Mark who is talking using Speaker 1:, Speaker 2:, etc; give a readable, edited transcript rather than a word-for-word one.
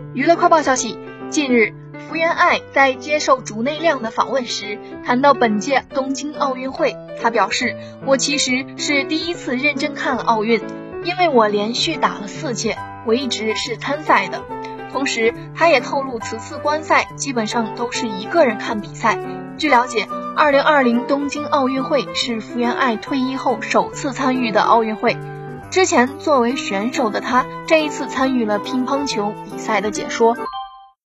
Speaker 1: 娱乐快报消息，近日福原爱在接受竹内亮的访问时谈到本届东京奥运会，她表示，我其实是第一次认真看奥运，因为我连续打了4届，我一直是参赛的。同时她也透露，此次观赛基本上都是一个人看比赛。据了解，2020东京奥运会是福原爱退役后首次参与的奥运会，之前作为选手的她这一次参与了乒乓球比赛的解说。